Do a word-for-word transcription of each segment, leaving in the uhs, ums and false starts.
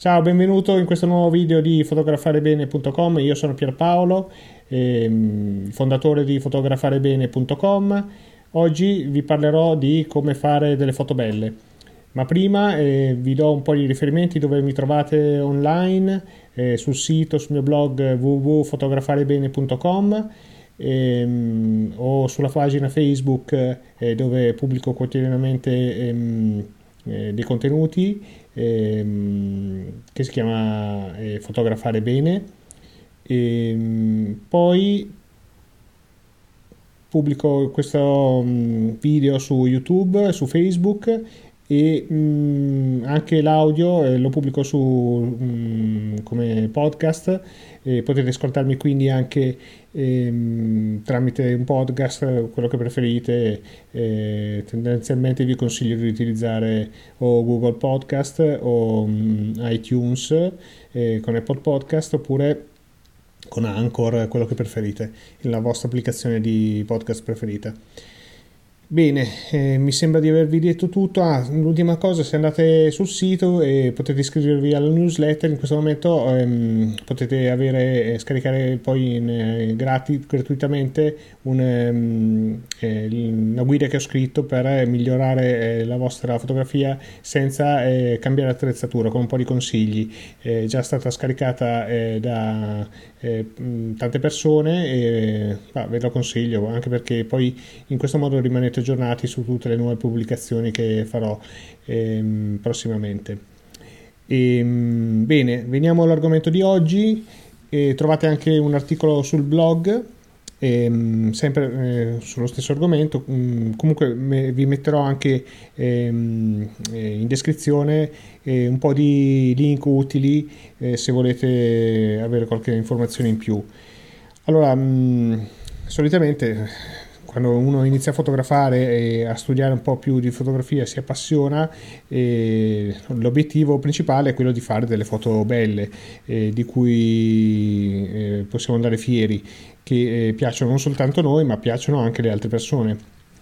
Ciao, benvenuto in questo nuovo video di fotografarebene punto com. Io sono Pierpaolo, ehm, fondatore di fotografarebene punto com. Oggi vi parlerò di come fare delle foto belle. Ma prima eh, vi do un po' di riferimenti dove mi trovate online, eh, sul sito, sul mio blog w w w punto fotografarebene punto com, ehm, o sulla pagina Facebook eh, dove pubblico quotidianamente ehm, eh, dei contenuti ehm, che si chiama eh, Fotografare Bene. E, poi pubblico questo mh, video su YouTube, su Facebook e mh, anche l'audio eh, lo pubblico su, mh, come podcast. E potete ascoltarmi quindi anche ehm, tramite un podcast, quello che preferite. Eh, tendenzialmente vi consiglio di utilizzare o Google Podcast o mh, iTunes eh, con Apple Podcast, oppure con Anchor, quello che preferite, la vostra applicazione di podcast preferita. Bene, eh, mi sembra di avervi detto tutto. Ah, l'ultima cosa, se andate sul sito e potete iscrivervi alla newsletter, in questo momento ehm, potete avere, eh, scaricare poi in, eh, gratis, gratuitamente un, ehm, eh, una guida che ho scritto per migliorare eh, la vostra fotografia senza eh, cambiare attrezzatura, con un po' di consigli. È già stata scaricata eh, da eh, tante persone e bah, ve lo consiglio, anche perché poi in questo modo rimanete aggiornati su tutte le nuove pubblicazioni che farò ehm, prossimamente. E, bene, veniamo all'argomento di oggi. E trovate anche un articolo sul blog, ehm, sempre eh, sullo stesso argomento. Mm, comunque me, vi metterò anche ehm, eh, in descrizione eh, un po' di link utili eh, se volete avere qualche informazione in più. Allora, mh, solitamente quando uno inizia a fotografare e a studiare un po' più di fotografia, si appassiona, e l'obiettivo principale è quello di fare delle foto belle, eh, di cui eh, possiamo andare fieri, che eh, piacciono non soltanto a noi, ma piacciono anche alle altre persone.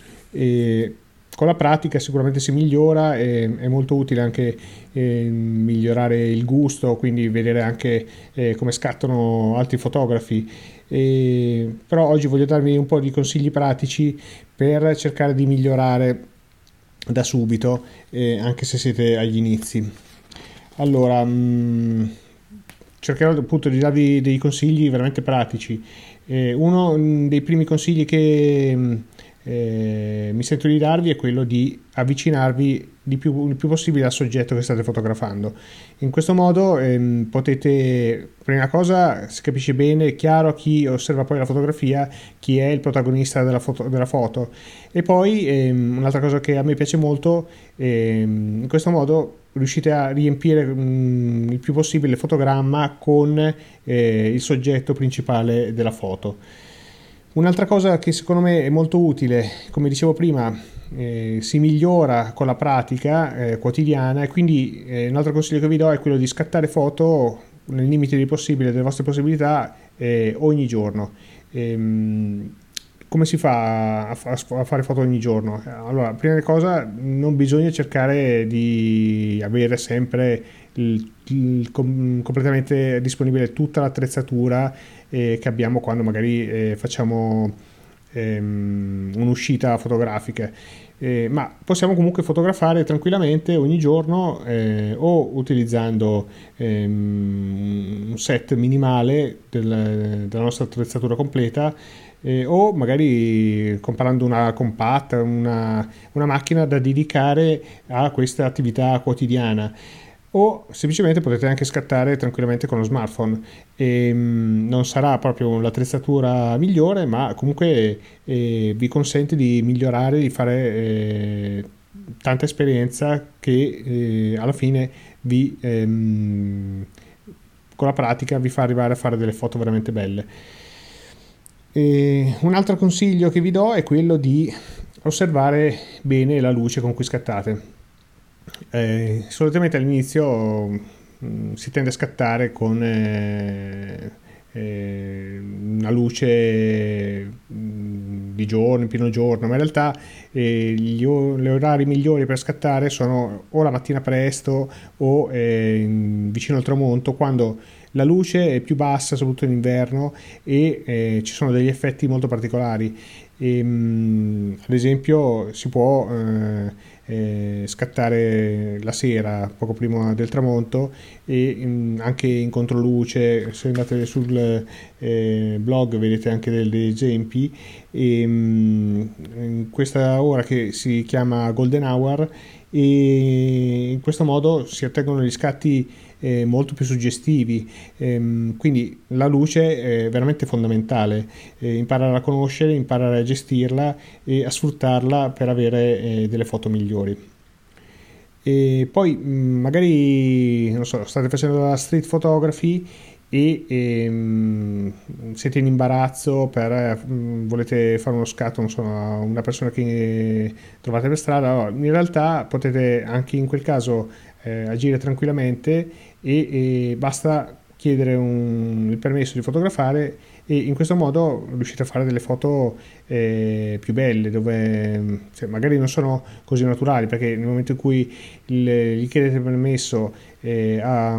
E con la pratica sicuramente si migliora, e è molto utile anche eh, migliorare il gusto, quindi vedere anche eh, come scattano altri fotografi. E, però oggi voglio darvi un po' di consigli pratici per cercare di migliorare da subito, eh, anche se siete agli inizi. Allora, mh, cercherò appunto di darvi dei consigli veramente pratici. Eh, uno dei primi consigli che mh, eh, mi sento di darvi è quello di avvicinarvi di più, il più possibile al soggetto che state fotografando. In questo modo ehm, potete, prima cosa, si capisce bene, è chiaro a chi osserva poi la fotografia chi è il protagonista della foto, della foto. E poi ehm, un'altra cosa che a me piace molto, ehm, in questo modo riuscite a riempire mh, il più possibile il fotogramma con eh, il soggetto principale della foto. Un'altra cosa che secondo me è molto utile, come dicevo prima, eh, si migliora con la pratica eh, quotidiana, e quindi eh, un altro consiglio che vi do è quello di scattare foto nel limite di possibile delle vostre possibilità eh, ogni giorno. Ehm, come si fa a, fa- a fare foto ogni giorno? Allora, prima di cosa, non bisogna cercare di avere sempre il, il, com- completamente disponibile tutta l'attrezzatura eh, che abbiamo quando magari eh, facciamo ehm, un'uscita fotografica. Eh, ma possiamo comunque fotografare tranquillamente ogni giorno, eh, o utilizzando ehm, un set minimale del, della nostra attrezzatura completa, eh, o magari comprando una compatta, una, una macchina da dedicare a questa attività quotidiana, o semplicemente potete anche scattare tranquillamente con lo smartphone. E, mh, non sarà proprio l'attrezzatura migliore, ma comunque eh, vi consente di migliorare, di fare eh, tanta esperienza che eh, alla fine vi ehm, con la pratica vi fa arrivare a fare delle foto veramente belle. E un altro consiglio che vi do è quello di osservare bene la luce con cui scattate. Eh, solitamente all'inizio mh, si tende a scattare con eh, eh, una luce mh, di giorno, in pieno giorno, ma in realtà eh, gli, gli orari migliori per scattare sono o la mattina presto o eh, vicino al tramonto, quando la luce è più bassa, soprattutto in inverno, e eh, ci sono degli effetti molto particolari. E, mh, ad esempio si può eh, eh, scattare la sera poco prima del tramonto e mh, anche in controluce. Se andate sul eh, blog vedete anche degli esempi, e mh, in questa ora che si chiama golden hour, e in questo modo si ottengono gli scatti eh, molto più suggestivi. Ehm, quindi la luce è veramente fondamentale, eh, imparare a conoscere, imparare a gestirla e a sfruttarla per avere eh, delle foto migliori. E poi mh, magari non so, state facendo la street photography e ehm, siete in imbarazzo per mh, volete fare uno scatto, non so, a una persona che trovate per strada. Allora, in realtà potete anche in quel caso eh, agire tranquillamente e, e basta chiedere un, il permesso di fotografare, e in questo modo riuscite a fare delle foto eh, più belle, dove cioè, magari non sono così naturali, perché nel momento in cui il, gli chiedete il permesso eh, a,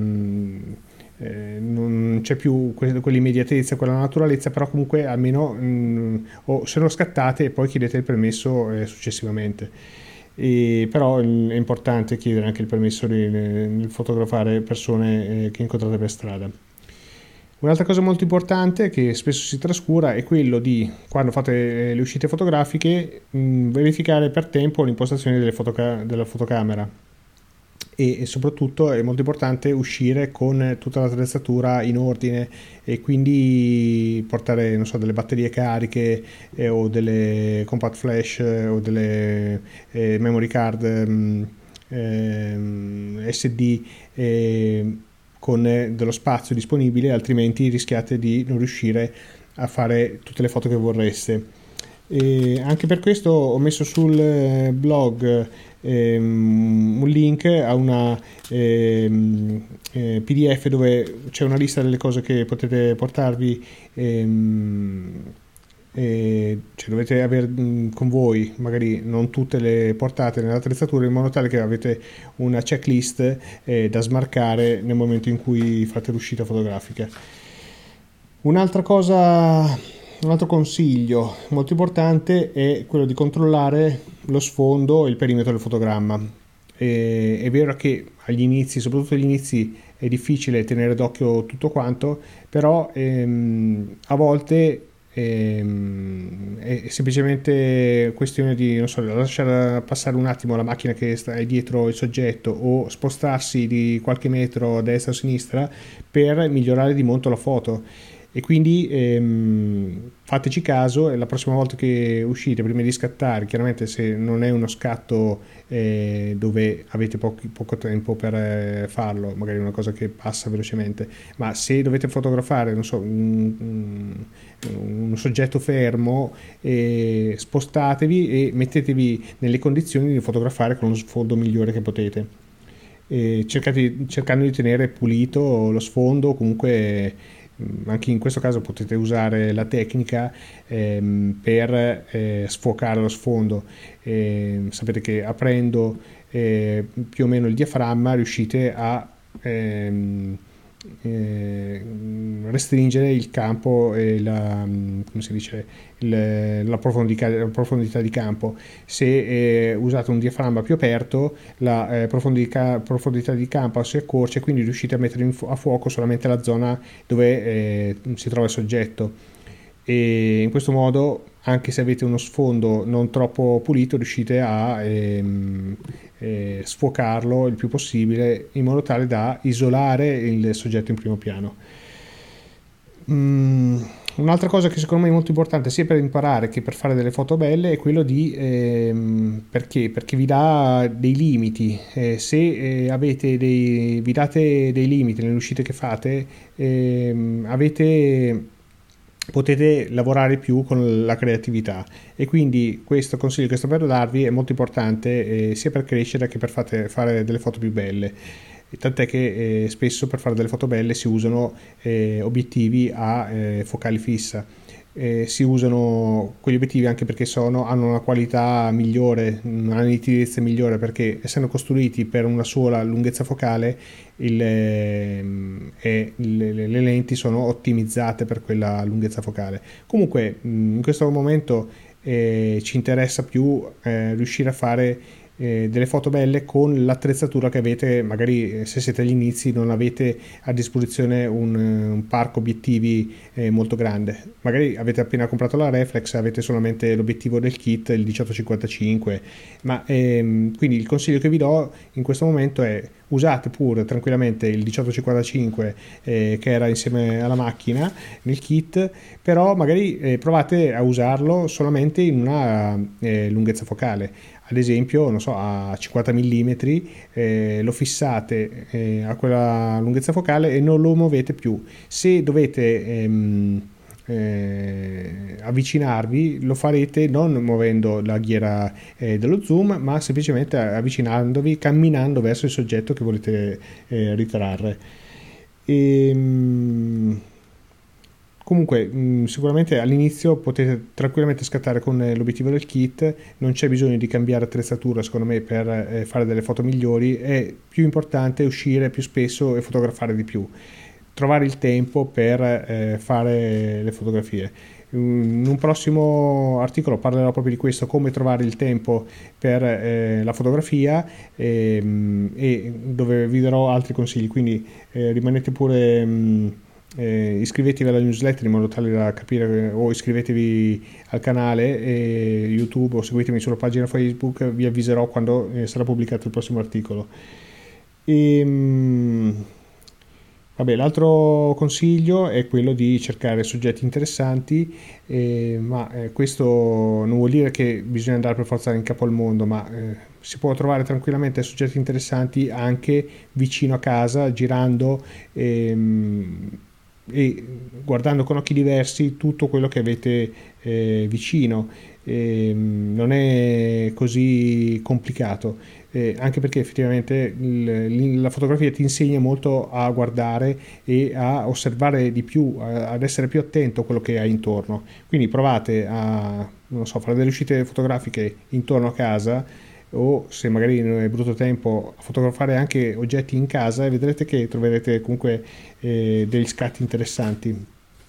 eh, non c'è più quell'immediatezza, quella naturalezza, però comunque almeno mh, o se lo scattate e poi chiedete il permesso eh, successivamente. E però è importante chiedere anche il permesso di, di fotografare persone eh, che incontrate per strada. Un'altra cosa molto importante che spesso si trascura è quello di, quando fate le uscite fotografiche, mh, verificare per tempo l'impostazione delle fotoca- della fotocamera, e, e soprattutto è molto importante uscire con tutta l'attrezzatura in ordine, e quindi portare, non so, delle batterie cariche eh, o delle compact flash eh, o delle eh, memory card mh, eh, S D eh, con dello spazio disponibile, altrimenti rischiate di non riuscire a fare tutte le foto che vorreste. E anche per questo ho messo sul blog ehm, un link a una ehm, eh, P D F dove c'è una lista delle cose che potete portarvi, ehm, e cioè dovete avere con voi, magari non tutte le portate nell'attrezzatura, in modo tale che avete una checklist eh, da smarcare nel momento in cui fate l'uscita fotografica. Un'altra cosa, un altro consiglio molto importante è quello di controllare lo sfondo e il perimetro del fotogramma. E, è vero che agli inizi, soprattutto agli inizi, è difficile tenere d'occhio tutto quanto, però ehm, a volte ehm, è semplicemente questione di, non so, lasciare passare un attimo la macchina che sta dietro il soggetto, o spostarsi di qualche metro a destra o a sinistra per migliorare di molto la foto. E quindi ehm, fateci caso, e la prossima volta che uscite, prima di scattare, chiaramente se non è uno scatto eh, dove avete pochi, poco tempo per eh, farlo, magari una cosa che passa velocemente, ma se dovete fotografare, non so, un, un, un soggetto fermo, eh, spostatevi e mettetevi nelle condizioni di fotografare con lo sfondo migliore che potete. E cercate, cercando di tenere pulito lo sfondo. Comunque anche in questo caso potete usare la tecnica ehm, per eh, sfocare lo sfondo. Eh, sapete che aprendo eh, più o meno il diaframma riuscite a ehm, eh, restringere il campo e la, come si dice, il, la, profondità, la profondità di campo. Se eh, usate un diaframma più aperto, la eh, profondità, profondità di campo si accorcia, e quindi riuscite a mettere fu- a fuoco solamente la zona dove eh, si trova il soggetto. E in questo modo, anche se avete uno sfondo non troppo pulito, riuscite a ehm, eh, sfocarlo il più possibile, in modo tale da isolare il soggetto in primo piano. Mm, un'altra cosa che secondo me è molto importante sia per imparare che per fare delle foto belle è quello di ehm, perché? Perché vi dà dei limiti. Eh, se eh, avete dei, vi date dei limiti nelle uscite che fate, ehm, avete potete lavorare più con la creatività, e quindi questo consiglio che sto per darvi è molto importante eh, sia per crescere che per fate, fare delle foto più belle. Tant'è che eh, spesso per fare delle foto belle si usano eh, obiettivi a eh, focali fissa. eh, si usano quegli obiettivi anche perché sono, hanno una qualità migliore, una nitidezza migliore, perché essendo costruiti per una sola lunghezza focale il, eh, e le, le lenti sono ottimizzate per quella lunghezza focale. Comunque in questo momento eh, ci interessa più eh, riuscire a fare eh, delle foto belle con l'attrezzatura che avete. Magari eh, se siete agli inizi non avete a disposizione un, un parco obiettivi eh, molto grande, magari avete appena comprato la reflex, avete solamente l'obiettivo del kit, il diciotto cinquantacinque, ma ehm, quindi il consiglio che vi do in questo momento è: usate pure tranquillamente il diciotto cinquantacinque eh, che era insieme alla macchina nel kit, però magari eh, provate a usarlo solamente in una eh, lunghezza focale. Ad esempio, non so, a cinquanta millimetri eh, lo fissate eh, a quella lunghezza focale e non lo muovete più. Se dovete ehm, eh, avvicinarvi, lo farete non muovendo la ghiera eh, dello zoom, ma semplicemente avvicinandovi, camminando verso il soggetto che volete eh, ritrarre. E, mh, Comunque, mh, sicuramente all'inizio potete tranquillamente scattare con eh, l'obiettivo del kit, non c'è bisogno di cambiare attrezzatura secondo me per eh, fare delle foto migliori. È più importante uscire più spesso e fotografare di più, trovare il tempo per eh, fare le fotografie. In un prossimo articolo parlerò proprio di questo, come trovare il tempo per eh, la fotografia, e, e dove vi darò altri consigli, quindi eh, rimanete pure... Mh, Eh, iscrivetevi alla newsletter in modo tale da capire, o iscrivetevi al canale eh, YouTube, o seguitemi sulla pagina Facebook, vi avviserò quando eh, sarà pubblicato il prossimo articolo. E, mh, vabbè, l'altro consiglio è quello di cercare soggetti interessanti, eh, ma eh, questo non vuol dire che bisogna andare per forza in capo al mondo, ma eh, si può trovare tranquillamente soggetti interessanti anche vicino a casa, girando ehm, e guardando con occhi diversi tutto quello che avete eh, vicino. E, non è così complicato, eh, anche perché effettivamente il, la fotografia ti insegna molto a guardare e a osservare di più, a, ad essere più attento a quello che hai intorno. Quindi provate a, non so, fare delle uscite fotografiche intorno a casa, o se magari è brutto tempo, a fotografare anche oggetti in casa, e vedrete che troverete comunque eh, degli scatti interessanti.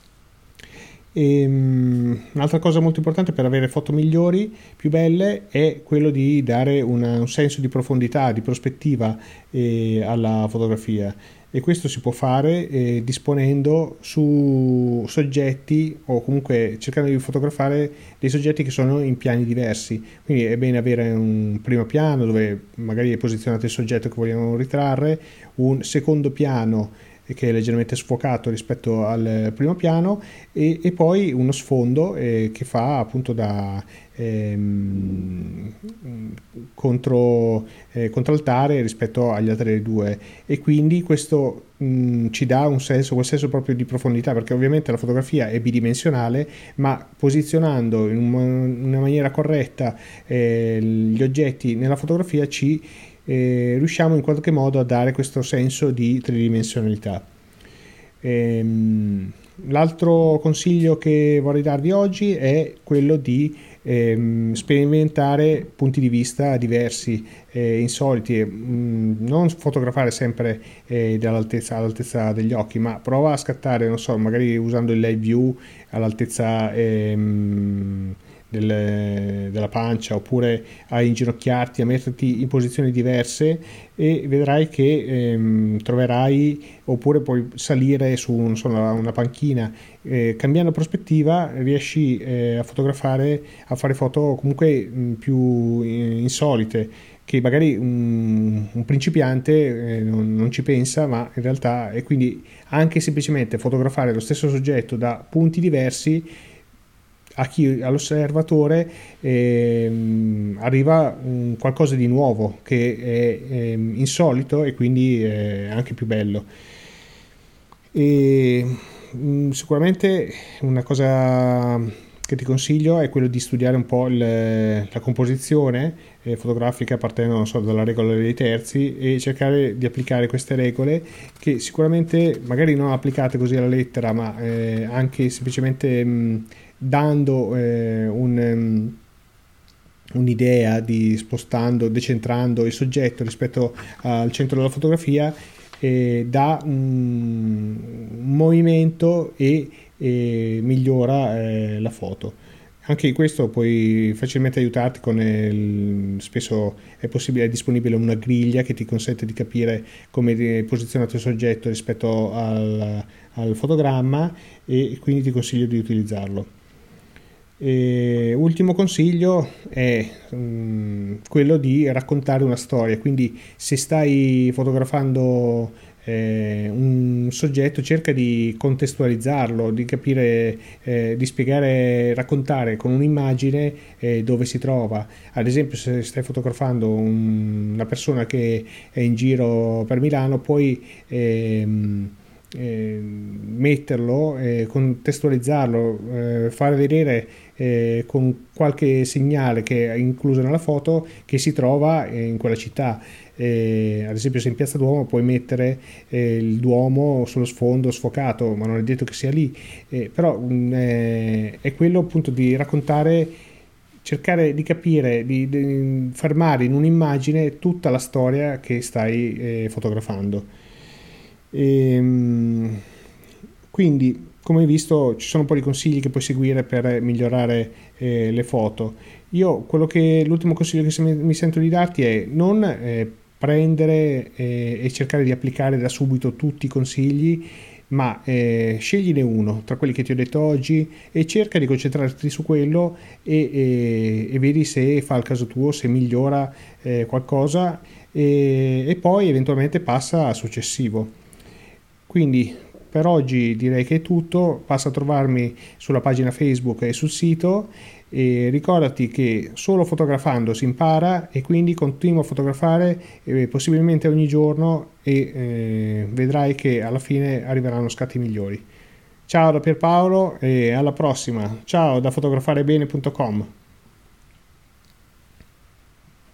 E, um, un'altra cosa molto importante per avere foto migliori, più belle, è quello di dare una, un senso di profondità, di prospettiva eh, alla fotografia, e questo si può fare eh, disponendo su soggetti, o comunque cercando di fotografare dei soggetti che sono in piani diversi. Quindi è bene avere un primo piano dove magari è posizionato il soggetto che vogliamo ritrarre, un secondo piano che è leggermente sfocato rispetto al primo piano, e, e poi uno sfondo eh, che fa appunto da ehm, contro, eh, contraltare rispetto agli altri due, e quindi questo mh, ci dà un senso, quel senso proprio di profondità, perché ovviamente la fotografia è bidimensionale, ma posizionando in una maniera corretta eh, gli oggetti nella fotografia ci Eh, riusciamo in qualche modo a dare questo senso di tridimensionalità. Ehm, l'altro consiglio che vorrei darvi oggi è quello di ehm, sperimentare punti di vista diversi, eh, insoliti, mh, non fotografare sempre eh, dall'altezza, all'altezza degli occhi, ma prova a scattare, non so, magari usando il live view all'altezza ehm, Del, della pancia, oppure a inginocchiarti, a metterti in posizioni diverse, e vedrai che ehm, troverai, oppure puoi salire su non so, una, una panchina, eh, cambiando prospettiva riesci eh, a fotografare, a fare foto comunque mh, più insolite, che magari un, un principiante eh, non, non ci pensa, ma in realtà, e quindi anche semplicemente fotografare lo stesso soggetto da punti diversi, a chi, all'osservatore ehm, arriva un qualcosa di nuovo, che è ehm, insolito, e quindi è anche più bello. E mh, sicuramente una cosa che ti consiglio è quello di studiare un po' il, la composizione eh, fotografica, partendo non so, dalla regola dei terzi, e cercare di applicare queste regole, che sicuramente magari non applicate così alla lettera, ma eh, anche semplicemente mh, dando eh, un, um, un'idea, di spostando, decentrando il soggetto rispetto al centro della fotografia, eh, dà un, un movimento e, e migliora eh, la foto. Anche in questo puoi facilmente aiutarti con il, spesso è possibile, è disponibile una griglia che ti consente di capire come è posizionato il soggetto rispetto al, al fotogramma, e quindi ti consiglio di utilizzarlo. E ultimo consiglio è um, quello di raccontare una storia, quindi se stai fotografando eh, un soggetto, cerca di contestualizzarlo, di capire, eh, di spiegare, raccontare con un'immagine eh, dove si trova. Ad esempio, se stai fotografando un, una persona che è in giro per Milano, puoi ehm, eh, metterlo, eh, contestualizzarlo, eh, fare vedere eh, con qualche segnale che è incluso nella foto che si trova eh, in quella città. Eh, ad esempio, se in Piazza Duomo puoi mettere eh, il Duomo sullo sfondo sfocato, ma non è detto che sia lì, eh, però mh, eh, è quello appunto di raccontare, cercare di capire, di, di fermare in un'immagine tutta la storia che stai eh, fotografando. E, quindi, come hai visto, ci sono un po' di consigli che puoi seguire per migliorare eh, le foto. Io, quello che, l'ultimo consiglio che mi, mi sento di darti è non eh, prendere eh, e cercare di applicare da subito tutti i consigli, ma eh, scegliene uno tra quelli che ti ho detto oggi e cerca di concentrarti su quello, e, e, e vedi se fa il caso tuo, se migliora eh, qualcosa, e, e poi eventualmente passa al successivo. Quindi per oggi direi che è tutto. Passa a trovarmi sulla pagina Facebook e sul sito, e ricordati che solo fotografando si impara, e quindi continua a fotografare eh, possibilmente ogni giorno, e eh, vedrai che alla fine arriveranno scatti migliori. Ciao da Pierpaolo e alla prossima. Ciao da fotografarebene punto com.